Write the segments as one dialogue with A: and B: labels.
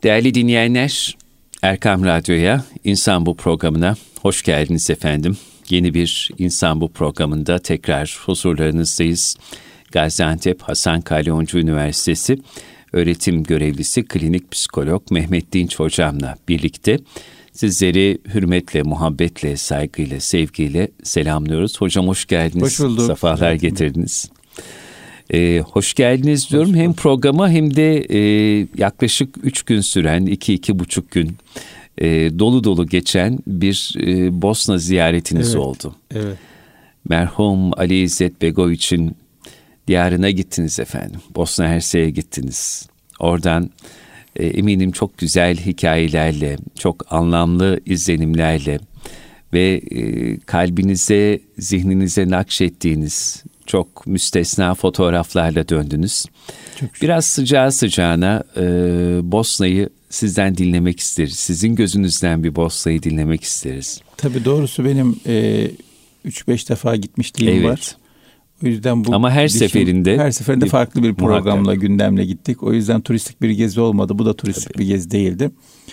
A: Değerli dinleyenler, Erkam Radyo'ya, İnsan Bu programına hoş geldiniz efendim. Yeni bir İnsan Bu programında tekrar huzurlarınızdayız. Gaziantep Hasan Kalyoncu Üniversitesi öğretim görevlisi klinik psikolog Mehmet Dinç hocamla birlikte sizleri hürmetle, muhabbetle, saygıyla, sevgiyle selamlıyoruz. Hocam hoş geldiniz.
B: Hoş bulduk.
A: Sefalar getirdiniz. Hoş geldiniz diyorum. Hem programa hem de yaklaşık 3 gün süren, 2-2,5 gün dolu dolu geçen bir Bosna ziyaretiniz oldu.
B: Evet.
A: Merhum Ali İzzet Begoviç'in diyarına gittiniz efendim. Bosna Hersek'e gittiniz. Oradan eminim çok güzel hikayelerle, çok anlamlı izlenimlerle ve kalbinize, zihninize nakşettiğiniz çok müstesna fotoğraflarla döndünüz. Biraz sıcağı sıcağına Bosna'yı sizden dinlemek isteriz. Sizin gözünüzden bir Bosna'yı dinlemek isteriz.
B: Tabii doğrusu benim 3-5 defa gitmişliğim var. O yüzden bu
A: ama her seferinde
B: farklı bir programla, gündemle gittik. O yüzden turistik bir gezi olmadı. Bu da turistik bir gezi değildi.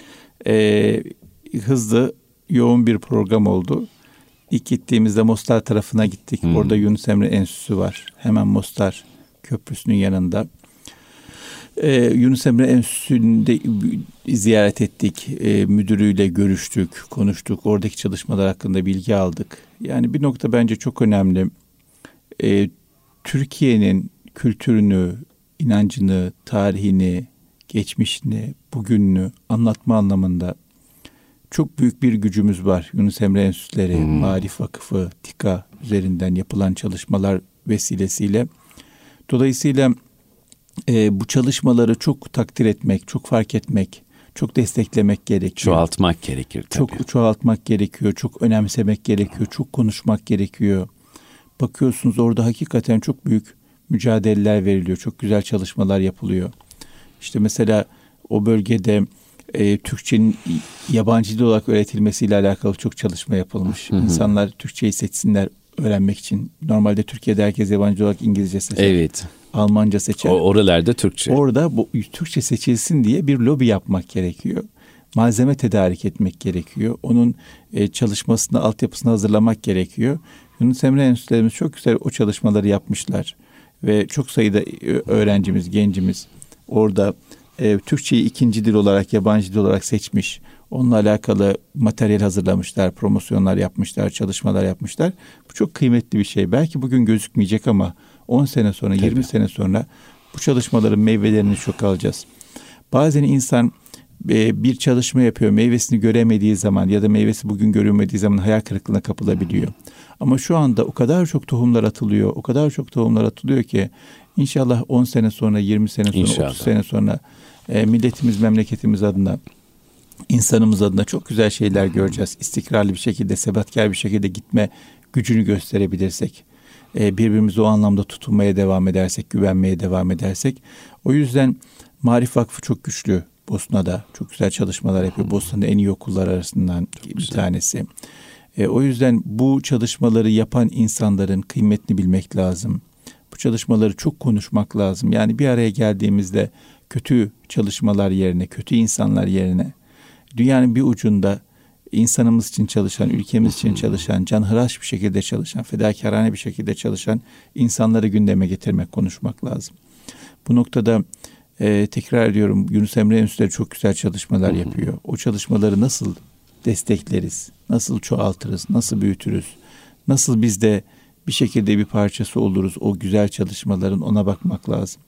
B: Hızlı, yoğun bir program oldu. İlk gittiğimizde Mostar tarafına gittik. Orada Yunus Emre Enstitüsü var. Hemen Mostar Köprüsü'nün yanında. Yunus Emre Enstitüsü'nde ziyaret ettik. Müdürüyle görüştük, konuştuk. Oradaki çalışmalar hakkında bilgi aldık. Yani bir nokta bence çok önemli. Türkiye'nin kültürünü, inancını, tarihini, geçmişini, bugününü anlatma anlamında çok büyük bir gücümüz var. Yunus Emre Enstitüleri, Maarif Vakıfı, TİKA üzerinden yapılan çalışmalar vesilesiyle. Dolayısıyla bu çalışmaları çok takdir etmek, çok fark etmek, çok desteklemek gerekiyor.
A: Çoğaltmak gerekir tabii.
B: Çok çoğaltmak gerekiyor, çok önemsemek gerekiyor, çok konuşmak gerekiyor. Bakıyorsunuz orada hakikaten çok büyük mücadeleler veriliyor, çok güzel çalışmalar yapılıyor. İşte mesela o bölgede Türkçenin yabancı dil olarak öğretilmesiyle alakalı çok çalışma yapılmış. İnsanlar Türkçeyi seçsinler öğrenmek için. Normalde Türkiye'de herkes yabancı olarak İngilizce seçer.
A: Evet.
B: Almanca seçer.
A: Oralarda Türkçe.
B: Orada bu Türkçe seçilsin diye bir lobi yapmak gerekiyor. Malzeme tedarik etmek gerekiyor. Onun çalışmasını, altyapısını hazırlamak gerekiyor. Yunus Emre Enstitülerimiz çok güzel o çalışmaları yapmışlar. Ve çok sayıda öğrencimiz, gencimiz orada Türkçeyi ikinci dil olarak, yabancı dil olarak seçmiş. Onunla alakalı materyal hazırlamışlar, promosyonlar yapmışlar, çalışmalar yapmışlar. Bu çok kıymetli bir şey. Belki bugün gözükmeyecek ama 10 sene sonra, 20 sene sonra bu çalışmaların meyvelerini çok alacağız. Bazen insan bir çalışma yapıyor, meyvesini göremediği zaman ya da meyvesi bugün görülmediği zaman hayal kırıklığına kapılabiliyor. Ama şu anda o kadar çok tohumlar atılıyor, o kadar çok tohumlar atılıyor ki inşallah 10 sene sonra, 20 sene sonra, 30 sene sonra milletimiz, memleketimiz adına, insanımız adına çok güzel şeyler göreceğiz. İstikrarlı bir şekilde, sebatkar bir şekilde gitme gücünü gösterebilirsek, birbirimize o anlamda tutunmaya devam edersek, güvenmeye devam edersek. O yüzden Maarif Vakfı çok güçlü. Bosna'da çok güzel çalışmalar yapıyor. Bosna'nın en iyi okullar arasından bir tanesi. O yüzden bu çalışmaları yapan insanların kıymetini bilmek lazım. Bu çalışmaları çok konuşmak lazım. Yani bir araya geldiğimizde kötü çalışmalar yerine, kötü insanlar yerine dünyanın bir ucunda insanımız için çalışan, ülkemiz için çalışan, canhıraş bir şekilde çalışan, fedakarane bir şekilde çalışan insanları gündeme getirmek, konuşmak lazım. Bu noktada tekrar ediyorum, Yunus Emre Enstitüleri çok güzel çalışmalar yapıyor. O çalışmaları nasıl destekleriz, nasıl çoğaltırız, nasıl büyütürüz, nasıl biz de bir şekilde bir parçası oluruz o güzel çalışmaların, ona bakmak lazım.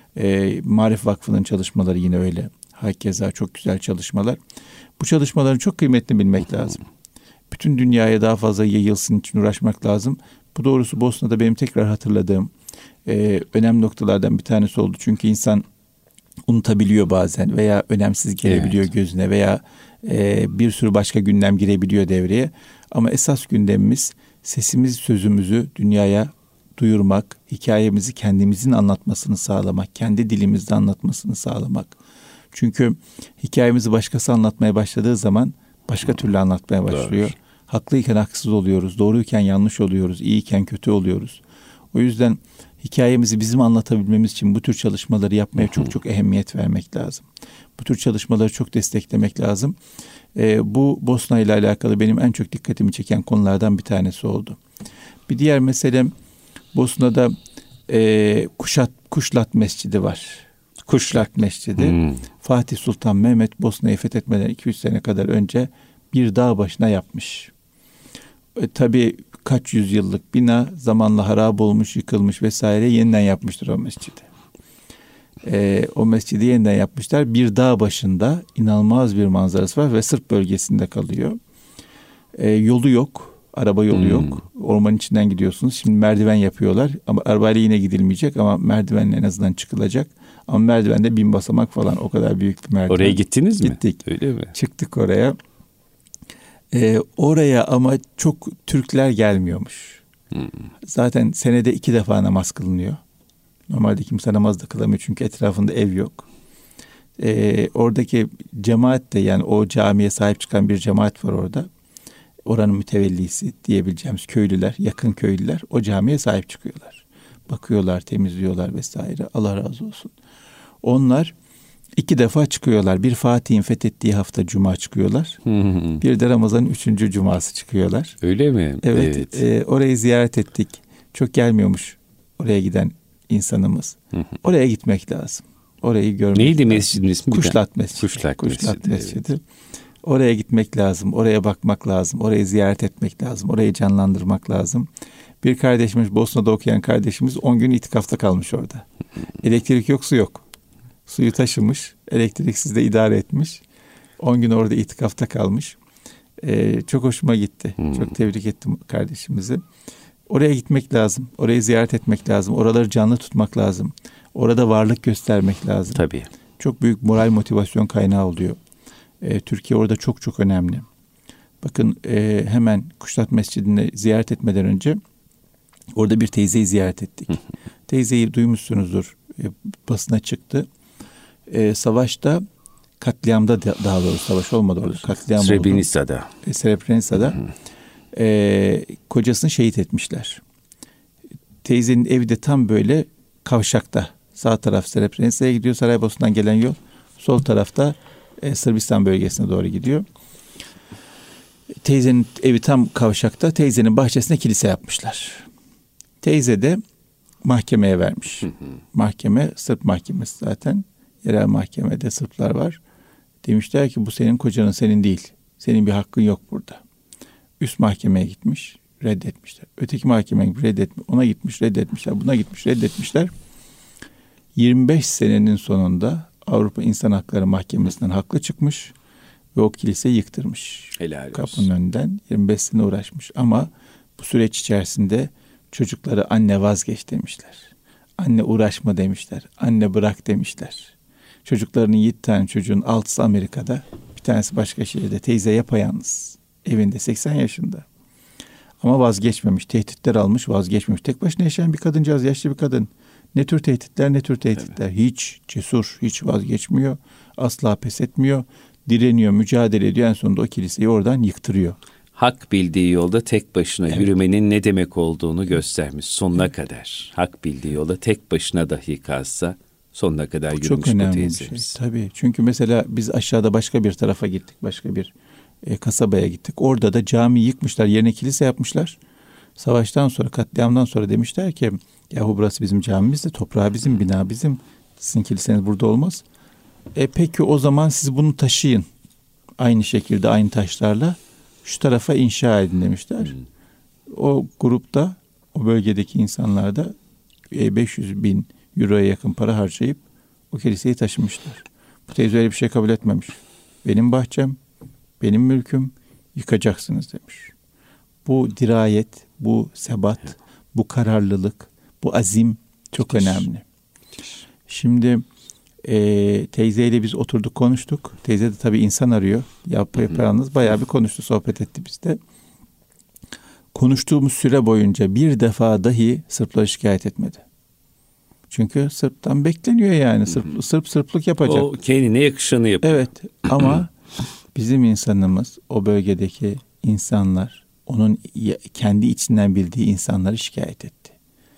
B: Maarif Vakfı'nın çalışmaları yine öyle. Hakeza çok güzel çalışmalar. Bu çalışmaların çok kıymetini bilmek lazım. Bütün dünyaya daha fazla yayılsın için uğraşmak lazım. Bu doğrusu Bosna'da benim tekrar hatırladığım önemli noktalardan bir tanesi oldu. Çünkü insan unutabiliyor bazen veya önemsiz gelebiliyor gözüne veya bir sürü başka gündem girebiliyor devreye. Ama esas gündemimiz sesimizi, sözümüzü dünyaya duyurmak, hikayemizi kendimizin anlatmasını sağlamak, kendi dilimizde anlatmasını sağlamak. Çünkü hikayemizi başkası anlatmaya başladığı zaman başka türlü anlatmaya başlıyor. Haklıyken haksız oluyoruz, doğruyken yanlış oluyoruz, iyiyken kötü oluyoruz. O yüzden hikayemizi bizim anlatabilmemiz için bu tür çalışmaları yapmaya çok çok ehemmiyet vermek lazım. Bu tür çalışmaları çok desteklemek lazım. Bu Bosna ile alakalı benim en çok dikkatimi çeken konulardan bir tanesi oldu. Bir diğer meselem, Bosna'da Kuşlat Mescidi var. Kuşlat Mescidi. Fatih Sultan Mehmet Bosna'yı fethetmeden 200 sene kadar önce bir dağ başına yapmış. Tabii kaç yüzyıllık bina zamanla harap olmuş, yıkılmış vesaire, yeniden yapmıştır o mescidi. O mescidi yeniden yapmışlar. Bir dağ başında inanılmaz bir manzarası var ve Sırp bölgesinde kalıyor. Yolu yok. Araba yolu yok. Ormanın içinden gidiyorsunuz. Şimdi merdiven yapıyorlar. Ama arabayla yine gidilmeyecek ama merdivenle en azından çıkılacak. Ama merdivende 1000 basamak falan, o kadar büyük bir merdiven.
A: Oraya gittiniz mi?
B: Gittik.
A: Öyle mi?
B: Çıktık oraya. Oraya ama çok Türkler gelmiyormuş. Zaten senede 2 defa namaz kılınıyor. Normalde kimse namaz da kılamıyor çünkü etrafında ev yok. Oradaki cemaat de, yani o camiye sahip çıkan bir cemaat var orada. Oranın mütevellisi diyebileceğimiz köylüler, yakın köylüler o camiye sahip çıkıyorlar. Bakıyorlar, temizliyorlar vesaire. Allah razı olsun. Onlar 2 defa çıkıyorlar. Bir Fatih'in fethettiği hafta Cuma çıkıyorlar. Bir de Ramazan'ın 3. Cuması çıkıyorlar.
A: Öyle mi?
B: Evet. Orayı ziyaret ettik. Çok gelmiyormuş oraya giden insanımız. Oraya gitmek lazım. Orayı görmek
A: Neydi
B: lazım.
A: mescidin ismi?
B: Kuşlat Mescidi. Kuşlat Mescidi. Evet. Oraya gitmek lazım. Oraya bakmak lazım. Orayı ziyaret etmek lazım. Orayı canlandırmak lazım. Bir kardeşimiz, Bosna'da okuyan kardeşimiz 10 gün itikafta kalmış orada. Elektrik yok, su yok. Suyu taşımış, elektriksiz de idare etmiş. 10 gün orada itikafta kalmış. Çok hoşuma gitti. Çok tebrik ettim kardeşimizi. Oraya gitmek lazım. Orayı ziyaret etmek lazım. Oraları canlı tutmak lazım. Orada varlık göstermek lazım.
A: Tabii.
B: Çok büyük moral motivasyon kaynağı oluyor. Türkiye orada çok çok önemli. Bakın hemen Kuşlat Mescidi'ni ziyaret etmeden önce orada bir teyzeyi ziyaret ettik. Teyzeyi duymuşsunuzdur. Basına çıktı. Savaşta, katliamda, daha doğrusu savaş olmadı orada. Katliam
A: Srebrenica'da.
B: Srebrenica'da kocasını şehit etmişler. Teyzenin evi de tam böyle kavşakta. Sağ taraf Srebrenica'ya gidiyor, Saraybosna'dan gelen yol. Sol tarafta Sırbistan bölgesine doğru gidiyor. Teyzenin evi tam kavşakta. Teyzenin bahçesine kilise yapmışlar. Teyze de mahkemeye vermiş. Mahkeme, Sırp mahkemesi zaten. Yerel mahkemede Sırplar var. Demişler ki bu senin kocanın, senin değil. Senin bir hakkın yok burada. Üst mahkemeye gitmiş, reddetmişler. Öteki mahkemeye reddetmiş, ona gitmiş, reddetmişler. Buna gitmiş, reddetmişler. 25 senenin sonunda Avrupa İnsan Hakları Mahkemesi'nden haklı çıkmış ve o kiliseyi yıktırmış.
A: Helal olsun.
B: Kapının önünden 25 sene uğraşmış ama bu süreç içerisinde çocukları anne vazgeç demişler. Anne uğraşma demişler. Anne bırak demişler. Çocuklarının 7 tane çocuğun 6'sı Amerika'da. Bir tanesi başka şehirde. Teyze yapayalnız. Evinde 80 yaşında. Ama vazgeçmemiş. Tehditler almış, vazgeçmemiş. Tek başına yaşayan bir kadıncağız, yaşlı bir kadın. Ne tür tehditler, ne tür tehditler. Evet. Hiç cesur, hiç vazgeçmiyor. Asla pes etmiyor. Direniyor, mücadele ediyor. En sonunda o kiliseyi oradan yıktırıyor.
A: Hak bildiği yolda tek başına yürümenin ne demek olduğunu göstermiş sonuna kadar. Hak bildiği yolda tek başına dahi kalsa sonuna kadar yürümüş
B: çok önemli
A: bu teyzemiz.
B: Bir şey. Tabii. Çünkü mesela biz aşağıda başka bir tarafa gittik. Başka bir kasabaya gittik. Orada da cami yıkmışlar. Yerine kilise yapmışlar. Savaştan sonra, katliamdan sonra demişler ki yahu burası bizim camimiz de, toprağı bizim, bina bizim. Sizin kiliseniz burada olmaz. Peki o zaman siz bunu taşıyın. Aynı şekilde, aynı taşlarla şu tarafa inşa edin demişler. O grupta, o bölgedeki insanlar da 500.000 euroya yakın para harcayıp o kiliseyi taşımışlar. Bu teyze öyle bir şey kabul etmemiş. Benim bahçem, benim mülküm, yıkacaksınız demiş. Bu dirayet, bu sebat, bu kararlılık, bu azim çok önemli. Şimdi teyzeyle biz oturduk, konuştuk. Teyze de tabii insan arıyor. Yapayalnız bayağı bir konuştu, sohbet etti bizde. Konuştuğumuz süre boyunca bir defa dahi Sırpları şikayet etmedi. Çünkü Sırp'tan bekleniyor yani. Sırplık yapacak.
A: O kendine yakışanı yapıyor.
B: Evet ama bizim insanımız, o bölgedeki insanlar, onun kendi içinden bildiği insanları şikayet etti.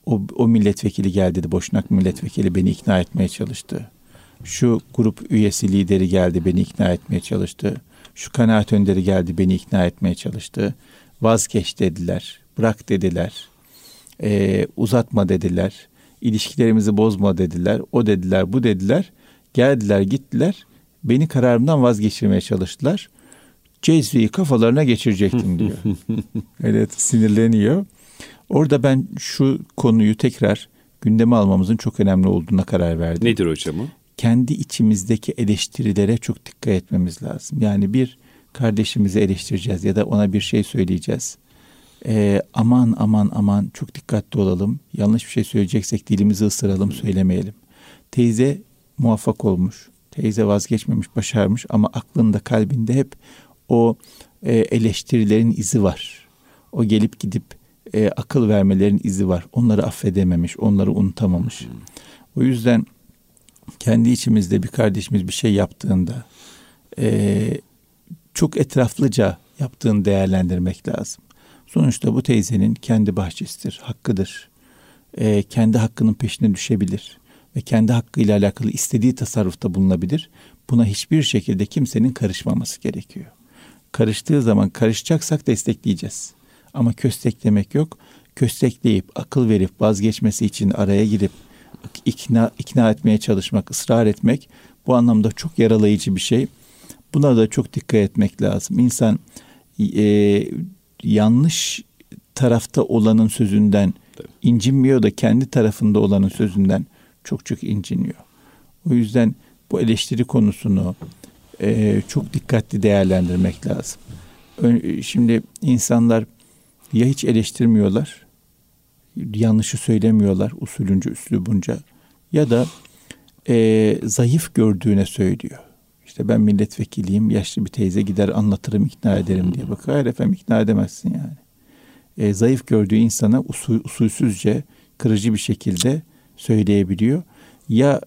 B: O milletvekili geldi dedi, Boşnak milletvekili beni ikna etmeye çalıştı. Şu grup üyesi lideri geldi, beni ikna etmeye çalıştı. Şu kanaat önderi geldi, beni ikna etmeye çalıştı. Vazgeç dediler, bırak dediler, uzatma dediler, ilişkilerimizi bozma dediler, o dediler, bu dediler. Geldiler, gittiler, beni kararımdan vazgeçirmeye çalıştılar. Cezveyi kafalarına geçirecektim diyor. Evet, sinirleniyor. Orada ben şu konuyu tekrar gündeme almamızın çok önemli olduğuna karar verdim.
A: Nedir hocam o?
B: Kendi içimizdeki eleştirilere çok dikkat etmemiz lazım. Yani bir kardeşimizi eleştireceğiz ya da ona bir şey söyleyeceğiz. Aman çok dikkatli olalım. Yanlış bir şey söyleyeceksek dilimizi ısıralım, söylemeyelim. Teyze muvaffak olmuş. Teyze vazgeçmemiş, başarmış ama aklında, kalbinde hep o eleştirilerin izi var. O gelip gidip akıl vermelerin izi var. Onları affedememiş, onları unutamamış. O yüzden kendi içimizde bir kardeşimiz bir şey yaptığında çok etraflıca yaptığını değerlendirmek lazım. Sonuçta bu teyzenin kendi bahçesidir, hakkıdır. Kendi hakkının peşine düşebilir ve kendi hakkıyla alakalı istediği tasarrufta bulunabilir. Buna hiçbir şekilde kimsenin karışmaması gerekiyor. Karıştığı zaman, karışacaksak destekleyeceğiz. Ama kösteklemek yok. Köstekleyip, akıl verip vazgeçmesi için araya girip ikna etmeye çalışmak, ısrar etmek bu anlamda çok yaralayıcı bir şey. Buna da çok dikkat etmek lazım. İnsan yanlış tarafta olanın sözünden incinmiyor da kendi tarafında olanın sözünden çok inciniyor. O yüzden bu eleştiri konusunu çok dikkatli değerlendirmek lazım. Şimdi insanlar ya hiç eleştirmiyorlar, yanlışı söylemiyorlar usulünce, üslubunca, ya da zayıf gördüğüne söylüyor. İşte ben milletvekiliyim, yaşlı bir teyze gider anlatırım, ikna ederim diye. Bak hayır efendim, ikna edemezsin yani. Zayıf gördüğü insana usulsüzce, kırıcı bir şekilde söyleyebiliyor. Ya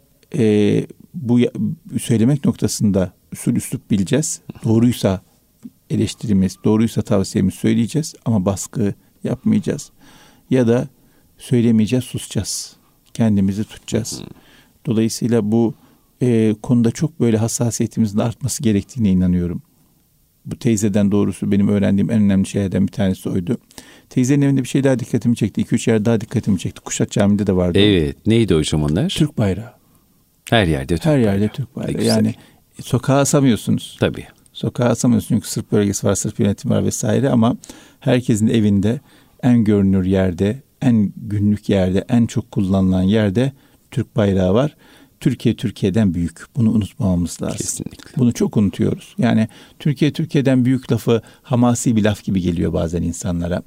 B: bu söylemek noktasında usul üslup bileceğiz. Doğruysa eleştirimiz, doğruysa tavsiyemiz söyleyeceğiz ama baskı yapmayacağız. Ya da söylemeyeceğiz, susacağız. Kendimizi tutacağız. Dolayısıyla bu konuda çok böyle hassasiyetimizin artması gerektiğine inanıyorum. Bu teyzeden doğrusu benim öğrendiğim en önemli şeylerden bir tanesi oydu. Teyzenin evinde bir şey daha dikkatimi çekti. 2-3 yer daha dikkatimi çekti. Kuşat Camii'de de vardı.
A: Evet. Neydi hocam onlar?
B: Türk bayrağı.
A: Her yerde Türk bayrağı.
B: Her yerde Türk bayrağı. Yani sokağa asamıyorsunuz.
A: Tabii.
B: Sokağa asamıyorsunuz çünkü Sırp bölgesi var, Sırp yönetimi var vesaire, ama herkesin evinde en görünür yerde, en günlük yerde, en çok kullanılan yerde Türk bayrağı var. Türkiye'den büyük. Bunu unutmamamız lazım.
A: Kesinlikle.
B: Bunu çok unutuyoruz. Yani Türkiye'den büyük lafı hamasi bir laf gibi geliyor bazen insanlara.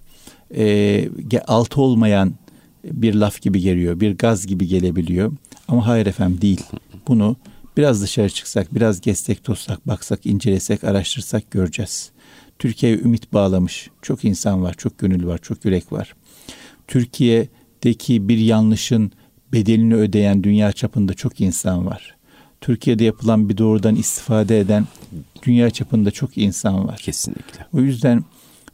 B: Altı olmayan bir laf gibi geliyor. Bir gaz gibi gelebiliyor. Ama hayır efendim, değil. Bunu biraz dışarı çıksak, biraz gezsek, tozsak, baksak, incelesek, araştırsak göreceğiz. Türkiye'ye ümit bağlamış çok insan var, çok gönül var, çok yürek var. Türkiye'deki bir yanlışın bedelini ödeyen dünya çapında çok insan var. Türkiye'de yapılan bir doğrudan istifade eden dünya çapında çok insan var.
A: Kesinlikle.
B: O yüzden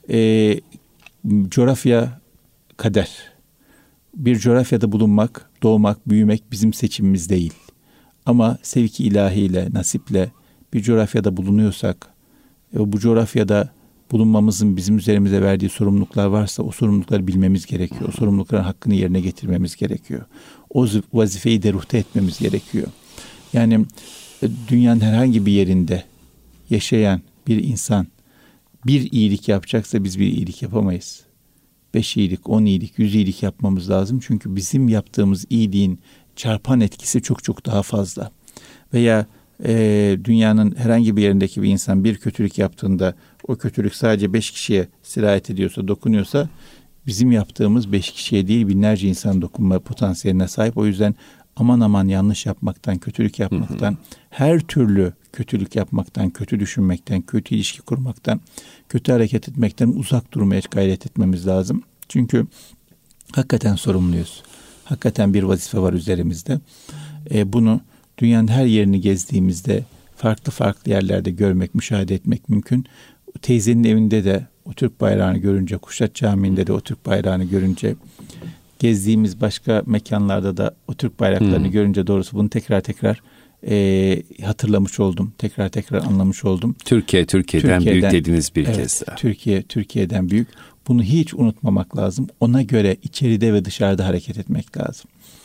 B: coğrafya kader. Bir coğrafyada bulunmak, doğmak, büyümek bizim seçimimiz değil. Ama sevki ilahiyle, nasiple bir coğrafyada bulunuyorsak, bu coğrafyada bulunmamızın bizim üzerimize verdiği sorumluluklar varsa o sorumlulukları bilmemiz gerekiyor. O sorumlulukların hakkını yerine getirmemiz gerekiyor. O vazifeyi de ruhte etmemiz gerekiyor. Yani dünyanın herhangi bir yerinde yaşayan bir insan bir iyilik yapacaksa biz bir iyilik yapamayız. 5 iyilik, 10 iyilik, 100 iyilik yapmamız lazım. Çünkü bizim yaptığımız iyiliğin çarpan etkisi çok daha fazla. Veya dünyanın herhangi bir yerindeki bir insan bir kötülük yaptığında o kötülük sadece 5 kişiye sirayet ediyorsa, dokunuyorsa, bizim yaptığımız 5 kişiye değil binlerce insan dokunma potansiyeline sahip. O yüzden aman yanlış yapmaktan, kötülük yapmaktan, her türlü kötülük yapmaktan, kötü düşünmekten, kötü ilişki kurmaktan, kötü hareket etmekten uzak durmaya gayret etmemiz lazım. Çünkü hakikaten sorumluyuz. Hakikaten bir vazife var üzerimizde. Bunu dünyanın her yerini gezdiğimizde farklı yerlerde görmek, müşahede etmek mümkün. Teyzenin evinde de o Türk bayrağını görünce, Kuşat Camii'nde de o Türk bayrağını görünce gezdiğimiz başka mekanlarda da o Türk bayraklarını görünce doğrusu bunu tekrar hatırlamış oldum. Tekrar anlamış oldum.
A: Türkiye'den büyük dediğiniz bir kez daha.
B: Türkiye'den büyük. Bunu hiç unutmamak lazım. Ona göre içeride ve dışarıda hareket etmek lazım.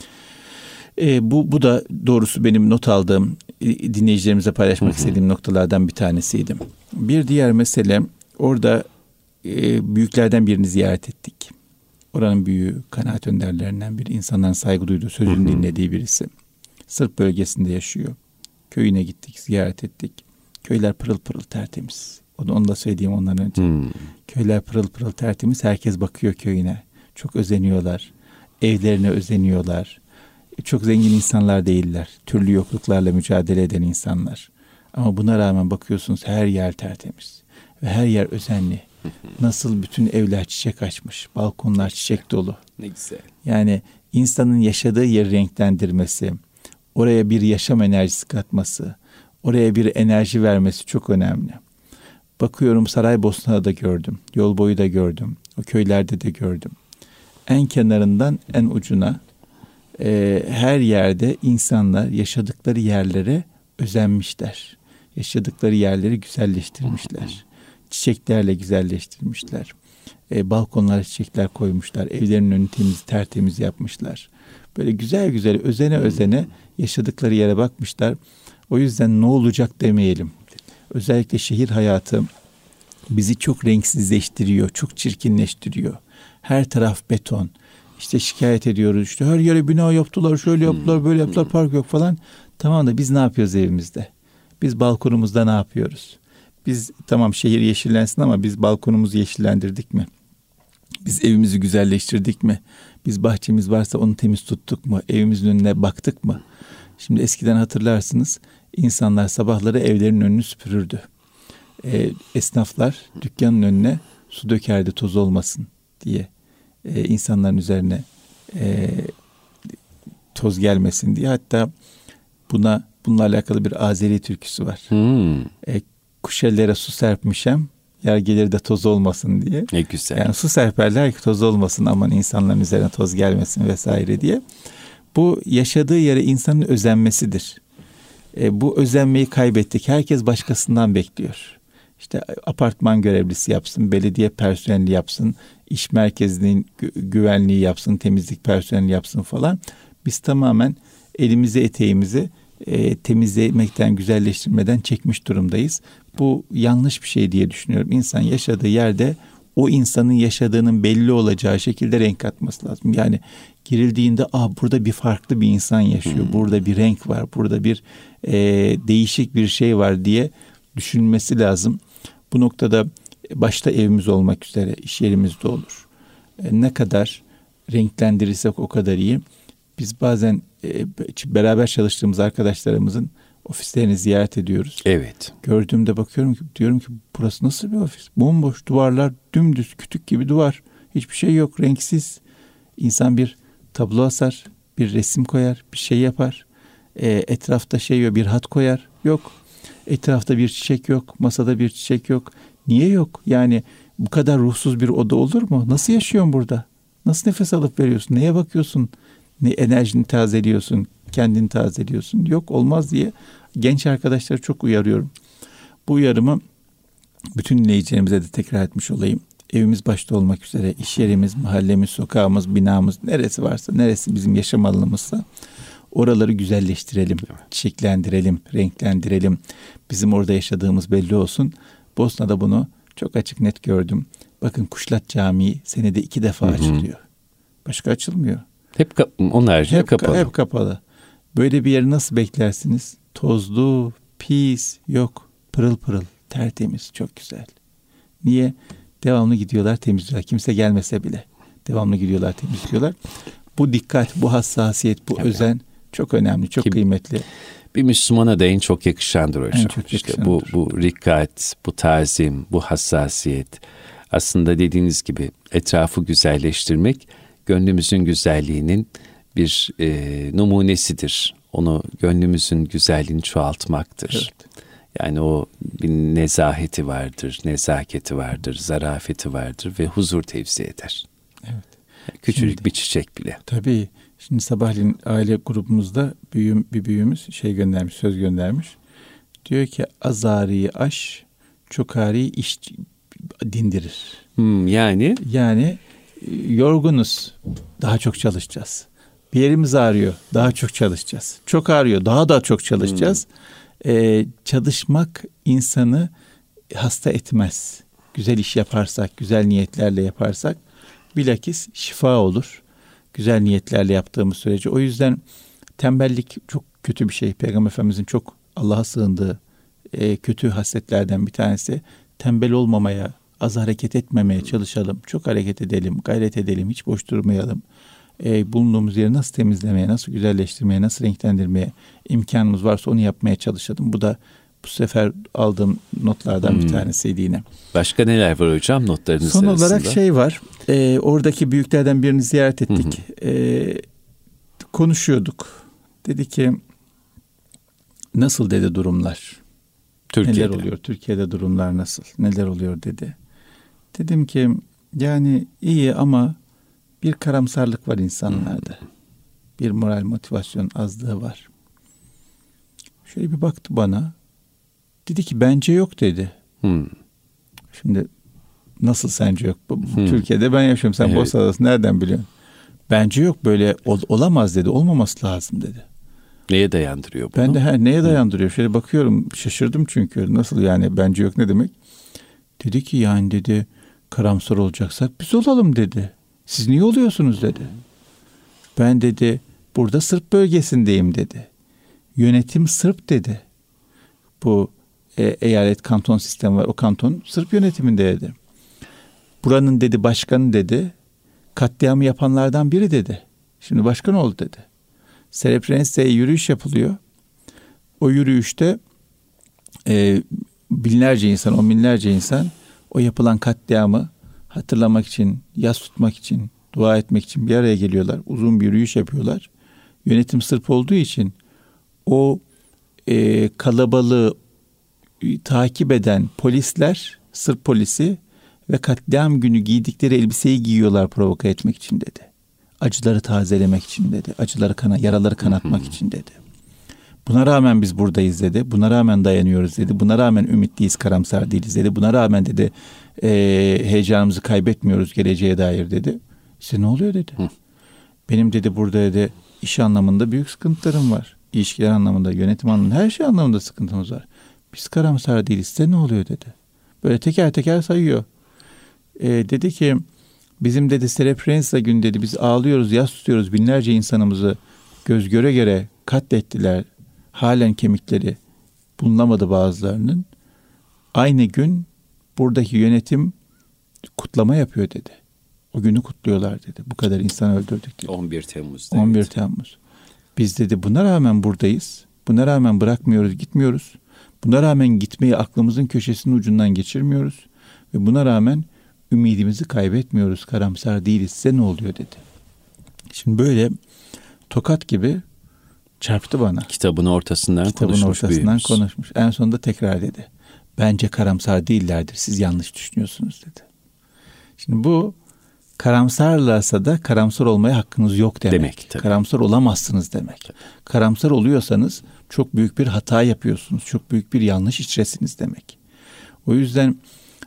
B: Bu da doğrusu benim not aldığım, dinleyicilerimize paylaşmak istediğim noktalardan bir tanesiydi. Bir diğer mesele, orada büyüklerden birini ziyaret ettik. Oranın büyüğü, kanaat önderlerinden biri, insanların saygı duyduğu, sözünü dinlediği birisi. Sırp bölgesinde yaşıyor. Köyüne gittik, ziyaret ettik. Köyler pırıl pırıl tertemiz. Onu da söyleyeyim ondan önce. Köyler pırıl pırıl tertemiz. Herkes bakıyor köyüne. Çok özeniyorlar. Evlerine özeniyorlar. Çok zengin insanlar değiller. Türlü yokluklarla mücadele eden insanlar. Ama buna rağmen bakıyorsunuz her yer tertemiz. Ve her yer özenli. Nasıl bütün evler çiçek açmış. Balkonlar çiçek dolu.
A: Ne güzel.
B: Yani insanın yaşadığı yeri renklendirmesi, oraya bir yaşam enerjisi katması, oraya bir enerji vermesi çok önemli. Bakıyorum Saraybosna'da da gördüm. Yol boyu da gördüm. O köylerde de gördüm. En kenarından en ucuna her yerde insanlar yaşadıkları yerlere özenmişler. Yaşadıkları yerleri güzelleştirmişler. Çiçeklerle güzelleştirmişler. Balkonlara çiçekler koymuşlar. Evlerinin önünü tertemiz yapmışlar. Böyle güzel özene yaşadıkları yere bakmışlar. O yüzden ne olacak demeyelim. Özellikle şehir hayatı bizi çok renksizleştiriyor, çok çirkinleştiriyor. Her taraf beton. İşte şikayet ediyoruz. İşte her yere bina yaptılar, şöyle yaptılar, böyle yaptılar, park yok falan. Tamam da biz ne yapıyoruz evimizde? Biz balkonumuzda ne yapıyoruz? Biz tamam şehir yeşillensin ama biz balkonumuzu yeşillendirdik mi? Biz evimizi güzelleştirdik mi? Biz bahçemiz varsa onu temiz tuttuk mu? Evimizin önüne baktık mı? Şimdi eskiden hatırlarsınız, insanlar sabahları evlerinin önünü süpürürdü. Esnaflar dükkanın önüne su dökerdi toz olmasın diye. İnsanların üzerine toz gelmesin diye. Hatta bununla alakalı bir Azeri türküsü var. Kuşellere su serpmişem, yer gelir de toz olmasın diye.
A: Ne güzel.
B: Yani su serperler ki toz olmasın, aman insanların üzerine toz gelmesin vesaire diye. Bu yaşadığı yere insanın özenmesidir. Bu özenmeyi kaybettik. Herkes başkasından bekliyor. İşte apartman görevlisi yapsın, belediye personeli yapsın, iş merkezinin güvenliği yapsın, temizlik personeli yapsın falan. Biz tamamen elimizi eteğimizi temizlemekten, güzelleştirmeden çekmiş durumdayız. Bu yanlış bir şey diye düşünüyorum. İnsan yaşadığı yerde o insanın yaşadığının belli olacağı şekilde renk katması lazım. Yani girildiğinde burada bir farklı bir insan yaşıyor. Burada bir renk var. Burada bir değişik bir şey var diye düşünmesi lazım. Bu noktada başta evimiz olmak üzere iş yerimizde olur. Ne kadar renklendirirsek o kadar iyi. Biz bazen beraber çalıştığımız arkadaşlarımızın ofislerini ziyaret ediyoruz.
A: Evet.
B: Gördüğümde diyorum ki burası nasıl bir ofis? Bomboş duvarlar, dümdüz kütük gibi duvar. Hiçbir şey yok, renksiz. İnsan bir tablo asar, bir resim koyar, bir şey yapar. Etrafta bir hat koyar. Yok. Etrafta bir çiçek yok, masada bir çiçek yok. Niye yok? Yani bu kadar ruhsuz bir oda olur mu? Nasıl yaşıyorsun burada? Nasıl nefes alıp veriyorsun? Neye bakıyorsun? Ne enerjini tazeliyorsun? Kendini tazeliyorsun? Yok, olmaz diye genç arkadaşları çok uyarıyorum. Bu uyarımı bütün dinleyicilerimize de tekrar etmiş olayım. Evimiz başta olmak üzere iş yerimiz, mahallemiz, sokağımız, binamız neresi varsa, neresi bizim yaşam alanımızsa oraları güzelleştirelim, çiçeklendirelim, renklendirelim. Bizim orada yaşadığımız belli olsun. Bosna'da bunu çok açık net gördüm. Bakın Kuşlat Camii senede 2 defa açılıyor. Başka açılmıyor.
A: Hep kapalı.
B: Hep kapalı. Böyle bir yeri nasıl beklersiniz? Tozlu, pis, yok. Pırıl pırıl, tertemiz, çok güzel. Niye? Devamlı gidiyorlar, temizliyorlar. Kimse gelmese bile. Devamlı gidiyorlar, temizliyorlar. Bu dikkat, bu hassasiyet, bu özen çok önemli, çok kıymetli.
A: Bir Müslümana da en çok yakışandır hocam.
B: En çok yakışandır.
A: Bu dikkat, bu tazim, bu hassasiyet. Aslında dediğiniz gibi etrafı güzelleştirmek gönlümüzün güzelliğinin bir numunesidir. Onu gönlümüzün güzelliğini çoğaltmaktır. Evet. Yani o bir nezaheti vardır, nezaketi vardır, zarafeti vardır ve huzur tevzi eder.
B: Evet.
A: Küçücük bir çiçek bile.
B: Tabii. Şimdi sabahleyin aile grubumuzda bir büyüğümüz söz göndermiş. Diyor ki az ağrıyı aş, çok ağrıyı iş dindirir. Yani yorgunuz, daha çok çalışacağız. Bir yerimiz ağrıyor, daha çok çalışacağız. Çok ağrıyor, daha çok çalışacağız. Çalışmak insanı hasta etmez. Güzel iş yaparsak, güzel niyetlerle yaparsak bilakis şifa olur. Güzel niyetlerle yaptığımız sürece. O yüzden tembellik çok kötü bir şey. Peygamber Efendimizin çok Allah'a sığındığı kötü hasletlerden bir tanesi. Tembel olmamaya, az hareket etmemeye çalışalım. Çok hareket edelim, gayret edelim, hiç boş durmayalım. Bulunduğumuz yeri nasıl temizlemeye, nasıl güzelleştirmeye, nasıl renklendirmeye imkanımız varsa onu yapmaya çalışalım. Bu da bu sefer aldığım notlardan bir tanesiydi yine.
A: Başka neler var hocam notlarınız
B: Son
A: arasında?
B: olarak şey var. Oradaki büyüklerden birini ziyaret ettik. Konuşuyorduk. Dedi ki nasıl dedi durumlar?
A: Türkiye'de.
B: Neler oluyor? Türkiye'de durumlar nasıl? Neler oluyor dedi. Dedim ki yani iyi ama bir karamsarlık var insanlarda. Bir moral motivasyon azlığı var. Şöyle bir baktı bana. Dedi ki bence yok dedi. Şimdi nasıl sence yok? Türkiye'de ben yaşıyorum. Sen Bosna'dasın. Nereden biliyorsun? Bence yok böyle olamaz dedi. Olmaması lazım dedi.
A: Neye dayandırıyor bunu?
B: Ben de neye dayandırıyor? Şöyle bakıyorum. Şaşırdım çünkü. Nasıl yani bence yok ne demek? Dedi ki yani dedi karamsar olacaksak biz olalım dedi. Siz niye oluyorsunuz dedi. Ben dedi burada Sırp bölgesindeyim dedi. Yönetim Sırp dedi. Bu eyalet kanton sistemi var. O kanton Sırp yönetiminde dedi. Buranın dedi başkanı dedi. Katliamı yapanlardan biri dedi. Şimdi başkan oldu dedi. Srebrenica'ya yürüyüş yapılıyor. O yürüyüşte binlerce insan, on binlerce insan o yapılan katliamı hatırlamak için, yas tutmak için, dua etmek için bir araya geliyorlar. Uzun bir yürüyüş yapıyorlar. Yönetim Sırp olduğu için o kalabalığı takip eden polisler, Sırp polisi ve katliam günü giydikleri elbiseyi giyiyorlar provoke etmek için dedi. Acıları tazelemek için dedi. Yaraları kanatmak için dedi. Buna rağmen biz buradayız dedi. Buna rağmen dayanıyoruz dedi. Buna rağmen ümitliyiz, karamsar değiliz dedi. Buna rağmen dedi heyecanımızı kaybetmiyoruz geleceğe dair dedi. İşte ne oluyor dedi. Benim dedi burada dedi iş anlamında büyük sıkıntılarım var. İlişkiler anlamında, yönetim anlamında, her şey anlamında sıkıntımız var. Biz karamsar değiliz. Size ne oluyor dedi. Böyle teker teker sayıyor. Dedi ki bizim dedi Srebrenica günü dedi biz ağlıyoruz, yas tutuyoruz. Binlerce insanımızı göz göre göre katlettiler. Halen kemikleri bulunamadı bazılarının. Aynı gün buradaki yönetim kutlama yapıyor dedi. O günü kutluyorlar dedi. Bu kadar insan öldürdük dedi.
A: 11 Temmuz'da.
B: 11 Temmuz. Biz dedi buna rağmen buradayız. Buna rağmen bırakmıyoruz, gitmiyoruz. Buna rağmen gitmeyi aklımızın köşesinin ucundan geçirmiyoruz. Ve buna rağmen ümidimizi kaybetmiyoruz. Karamsar değiliz. Size ne oluyor dedi. Şimdi böyle tokat gibi çarptı bana.
A: Kitabın ortasından konuşmuş.
B: En sonunda tekrar dedi. Bence karamsar değillerdir. Siz yanlış düşünüyorsunuz dedi. Şimdi bu karamsarlarsa da karamsar olmaya hakkınız yok demek. Karamsar olamazsınız demek. Tabii. Karamsar oluyorsanız çok büyük bir hata yapıyorsunuz. Çok büyük bir yanlış içresiniz demek. O yüzden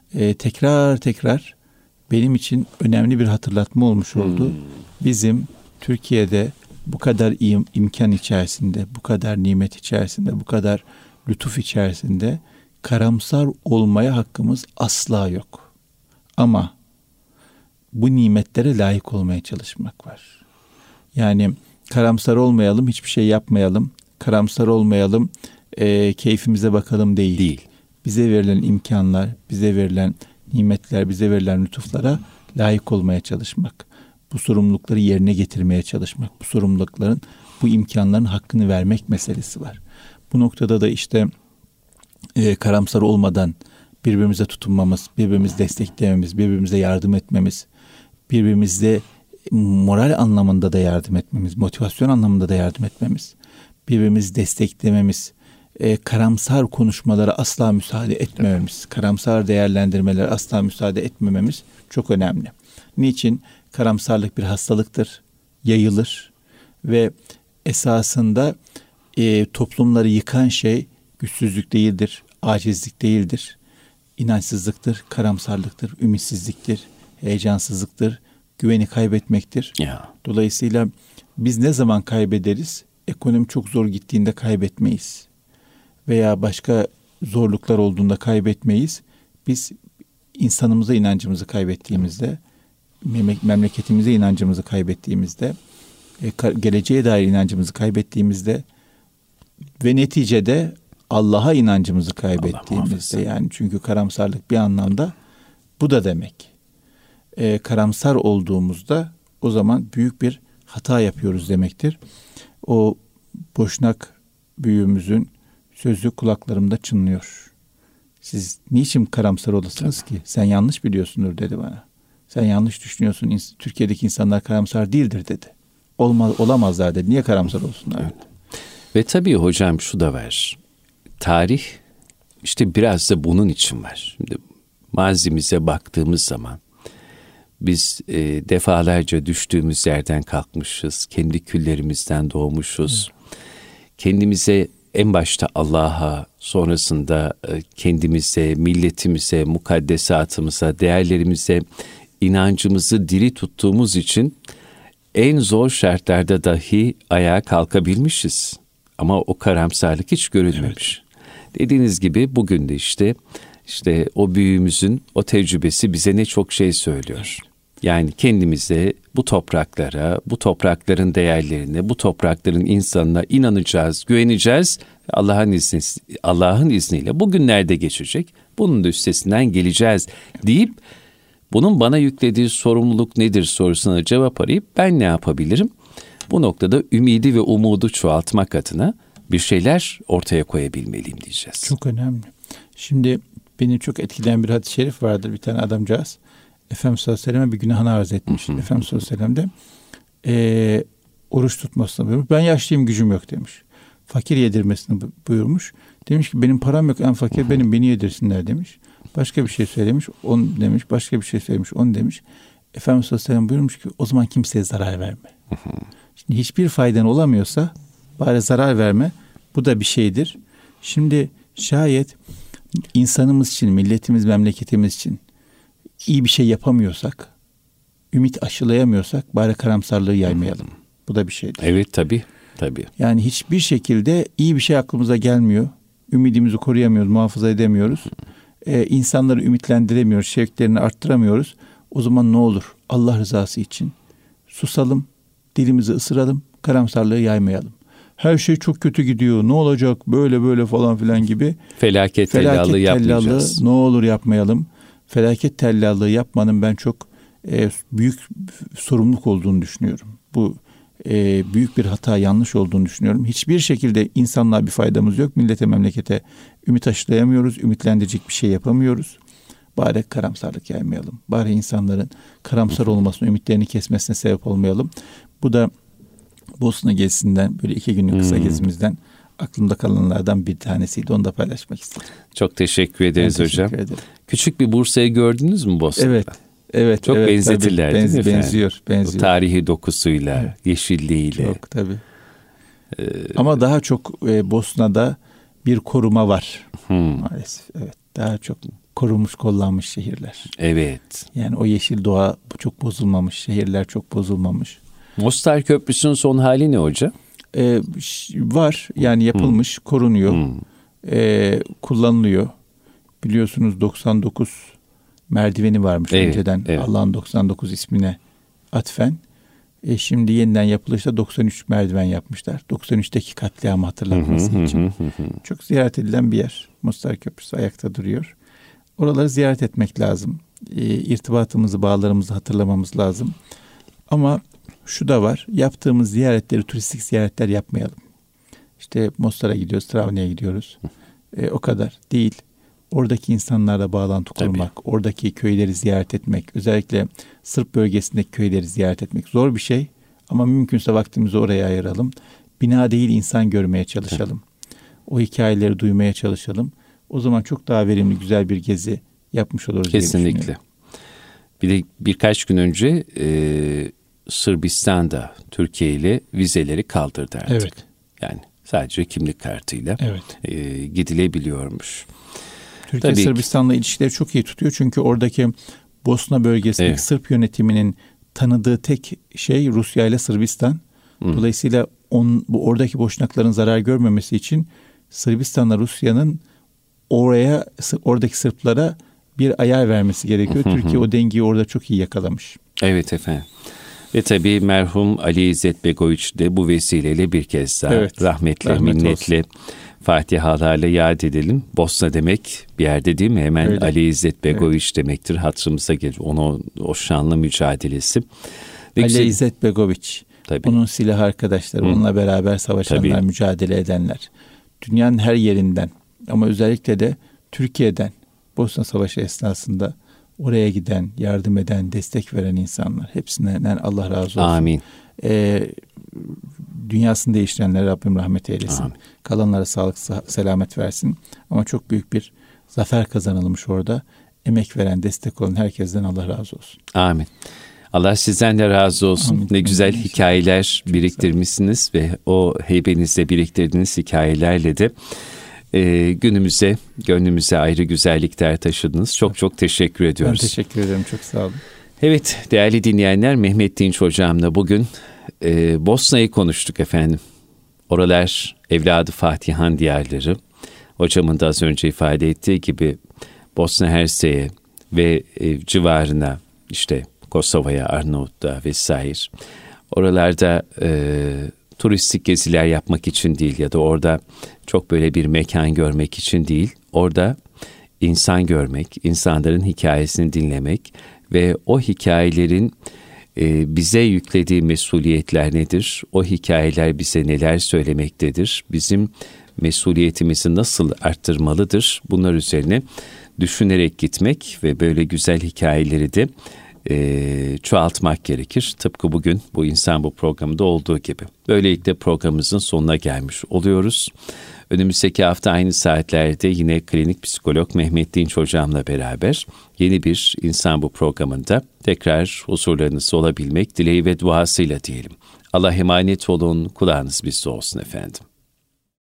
B: tekrar benim için önemli bir hatırlatma olmuş oldu. Bizim Türkiye'de bu kadar imkan içerisinde, bu kadar nimet içerisinde, bu kadar lütuf içerisinde karamsar olmaya hakkımız asla yok. Ama bu nimetlere layık olmaya çalışmak var. Yani karamsar olmayalım, hiçbir şey yapmayalım. Karamsar olmayalım, keyfimize bakalım değil. Bize verilen imkanlar, bize verilen nimetler, bize verilen lütuflara layık olmaya çalışmak. Bu sorumlulukları yerine getirmeye çalışmak. Bu sorumlulukların, bu imkanların hakkını vermek meselesi var. Bu noktada da işte karamsar olmadan birbirimize tutunmamız, birbirimizi desteklememiz, birbirimize yardım etmemiz, birbirimize moral anlamında da yardım etmemiz, motivasyon anlamında da yardım etmemiz, birbirimizi desteklememiz, karamsar konuşmalara asla müsaade etmememiz, karamsar değerlendirmelere asla müsaade etmememiz çok önemli. Niçin? Karamsarlık bir hastalıktır, yayılır ve esasında toplumları yıkan şey güçsüzlük değildir, acizlik değildir, inançsızlıktır, karamsarlıktır, ümitsizliktir, heyecansızlıktır, güveni kaybetmektir.
A: Ya.
B: Dolayısıyla biz ne zaman kaybederiz? Ekonomi çok zor gittiğinde kaybetmeyiz. Veya başka zorluklar olduğunda kaybetmeyiz. Biz insanımıza inancımızı kaybettiğimizde, memleketimize inancımızı kaybettiğimizde, geleceğe dair inancımızı kaybettiğimizde ve neticede Allah'a inancımızı kaybettiğimizde, yani çünkü karamsarlık bir anlamda bu da demek. Karamsar olduğumuzda o zaman büyük bir hata yapıyoruz demektir. O Boşnak büyüğümüzün sözü kulaklarımda çınlıyor. Siz niçin karamsar olasınız ki? Sen yanlış biliyorsundur dedi bana. Sen yanlış düşünüyorsun. Türkiye'deki insanlar karamsar değildir dedi. Olamazlar dedi. Niye karamsar olsunlar dedi.
A: Ve tabii hocam şu da var. Tarih işte biraz da bunun için var. Şimdi mazimize baktığımız zaman biz defalarca düştüğümüz yerden kalkmışız. Kendi küllerimizden doğmuşuz. Kendimize en başta Allah'a, sonrasında kendimize, milletimize, mukaddesatımıza, değerlerimize inancımızı diri tuttuğumuz için en zor şartlarda dahi ayağa kalkabilmişiz. Ama o karamsarlık hiç görülmemiş. Evet. Dediğiniz gibi bugün de işte o büyüğümüzün o tecrübesi bize ne çok şey söylüyor. Yani kendimize, bu topraklara, bu toprakların değerlerine, bu toprakların insanına inanacağız, güveneceğiz. Allah'ın izniyle bugünlerde geçecek. Bunun da üstesinden geleceğiz deyip bunun bana yüklediği sorumluluk nedir sorusuna cevap arayıp ben ne yapabilirim? Bu noktada ümidi ve umudu çoğaltmak adına bir şeyler ortaya koyabilmeliyim diyeceğiz.
B: Çok önemli. Şimdi beni çok etkileyen bir hadis-i şerif vardır. Bir tane adamcağız Efendimiz sallallahu aleyhi ve sellem'e bir günahını arz etmiş. Efendimiz sallallahu aleyhi ve sellem de oruç tutmasını buyurmuş. Ben yaşlıyım, gücüm yok demiş. Fakir yedirmesini buyurmuş. Demiş ki benim param yok, en fakir benim, beni yedirsinler demiş. Başka bir şey söylemiş, on demiş. Başka bir şey söylemiş, on demiş. Efendimiz sallallahu aleyhi ve sellem buyurmuş ki o zaman kimseye zarar verme. Şimdi hiçbir faydan olamıyorsa bari zarar verme. Bu da bir şeydir. Şimdi şayet insanımız için, milletimiz, memleketimiz için iyi bir şey yapamıyorsak, ümit aşılayamıyorsak bari karamsarlığı yaymayalım. Bu da bir şeydir.
A: Evet, tabii.
B: Yani hiçbir şekilde iyi bir şey aklımıza gelmiyor. Ümidimizi koruyamıyoruz, muhafaza edemiyoruz. İnsanları ümitlendiremiyoruz, şevklerini arttıramıyoruz. O zaman ne olur? Allah rızası için susalım, dilimizi ısıralım, karamsarlığı yaymayalım. Her şey çok kötü gidiyor, ne olacak böyle falan filan gibi.
A: Felaket tellallığı yapmayacağız.
B: Ne olur yapmayalım. Felaket tellallığı yapmanın ben çok büyük sorumluluk olduğunu düşünüyorum. Bu büyük bir hata, yanlış olduğunu düşünüyorum. Hiçbir şekilde insanlığa bir faydamız yok. Millete, memlekete ümit aşılayamıyoruz. Ümitlendirecek bir şey yapamıyoruz. Bari karamsarlık yaymayalım. Bari insanların karamsar olmasına, ümitlerini kesmesine sebep olmayalım. Bu da Bosna gezisinden, böyle 2 günlük kısa gezimizden aklımda kalanlardan bir tanesiydi. Onu da paylaşmak istedim.
A: Çok teşekkür ederiz hocam. Küçük bir Bursa'yı gördünüz mü Bosna'da?
B: Evet.
A: Çok benzetirler değil mi efendim?
B: Benziyor.
A: O tarihi dokusuyla, yeşilliğiyle.
B: Çok tabii. Ama daha çok Bosna'da bir koruma var. Maalesef. Evet. Daha çok korunmuş, kollanmış şehirler.
A: Evet.
B: Yani o yeşil doğa çok bozulmamış, şehirler çok bozulmamış.
A: Mostar Köprüsü'nün son hali ne hocam?
B: Var. Yani yapılmış, korunuyor. Kullanılıyor. Biliyorsunuz 99 merdiveni varmış önceden. Evet. Allah'ın 99 ismine atfen. Şimdi yeniden yapılışta 93 merdiven yapmışlar. 93'teki katliamı hatırlatması için. Çok ziyaret edilen bir yer. Mostar Köprüsü ayakta duruyor. Oraları ziyaret etmek lazım. İrtibatımızı, bağlarımızı hatırlamamız lazım. Ama şu da var. Yaptığımız ziyaretleri turistik ziyaretler yapmayalım. İşte Mostar'a gidiyoruz, Travni'ye gidiyoruz. O kadar değil. Oradaki insanlarla bağlantı kurmak, tabii, oradaki köyleri ziyaret etmek, özellikle Sırp bölgesindeki köyleri ziyaret etmek zor bir şey. Ama mümkünse vaktimizi oraya ayıralım. Bina değil, insan görmeye çalışalım. O hikayeleri duymaya çalışalım. O zaman çok daha verimli, güzel bir gezi yapmış oluruz.
A: Kesinlikle. Bir de birkaç gün önce Sırbistan'da Türkiye ile vizeleri kaldırdı artık.
B: Evet.
A: Yani sadece kimlik kartıyla gidilebiliyormuş.
B: Türkiye Sırbistan'la ilişkileri çok iyi tutuyor. Çünkü oradaki Bosna bölgesindeki Sırp yönetiminin tanıdığı tek şey Rusya ile Sırbistan. Dolayısıyla oradaki Boşnakların zarar görmemesi için Sırbistan'la Rusya'nın oradaki Sırplara bir ayar vermesi gerekiyor. Türkiye o dengeyi orada çok iyi yakalamış.
A: Evet efendim. Ve tabii merhum Ali İzzet Begoviç de bu vesileyle bir kez daha rahmet minnetle olsun. Fatihalarla yad edelim. Bosna demek bir yerde değil mi? Hemen öyle. Ali İzzet Begoviç demektir. Hatırımıza gelir. O şanlı mücadelesi.
B: Ali İzzet Begoviç. Tabii. Onun silah arkadaşları, onunla beraber savaşanlar, mücadele edenler. Dünyanın her yerinden ama özellikle de Türkiye'den Bosna Savaşı esnasında oraya giden, yardım eden, destek veren insanlar. Hepsinden Allah razı olsun.
A: Amin.
B: Dünyasını değiştirenlere Rabbim rahmet eylesin. Amin. Kalanlara sağlık, selamet versin. Ama çok büyük bir zafer kazanılmış orada. Emek veren, destek olan herkesten Allah razı olsun.
A: Amin. Allah sizden de razı olsun. Amin. Ne güzel hikayeler biriktirmişsiniz ve o heybenizle biriktirdiğiniz hikayelerle de günümüze, gönlümüze ayrı güzellikler taşıdınız. Çok teşekkür ediyoruz.
B: Ben teşekkür ederim. Çok sağ olun.
A: Evet değerli dinleyenler, Mehmet Dinç hocamla bugün Bosna'yı konuştuk efendim. Oralar evladı Fatihan diyarları. Hocamın da az önce ifade ettiği gibi Bosna Hersek'e ve civarına işte Kosova'ya, Arnavutluğa vesaire. Oralarda turistik geziler yapmak için değil ya da orada çok böyle bir mekan görmek için değil. Orada insan görmek, insanların hikayesini dinlemek ve o hikayelerin bize yüklediği mesuliyetler nedir? O hikayeler bize neler söylemektedir? Bizim mesuliyetimizi nasıl arttırmalıdır? Bunlar üzerine düşünerek gitmek ve böyle güzel hikayeleri de çoğaltmak gerekir. Tıpkı bugün bu İnsan Bu programında olduğu gibi. Böylelikle programımızın sonuna gelmiş oluyoruz. Önümüzdeki hafta aynı saatlerde yine klinik psikolog Mehmet Dinç hocamla beraber yeni bir İnsan Bu programında tekrar huzurlarınızda olabilmek dileği ve duasıyla diyelim. Allah'a emanet olun, kulağınız bizde olsun efendim.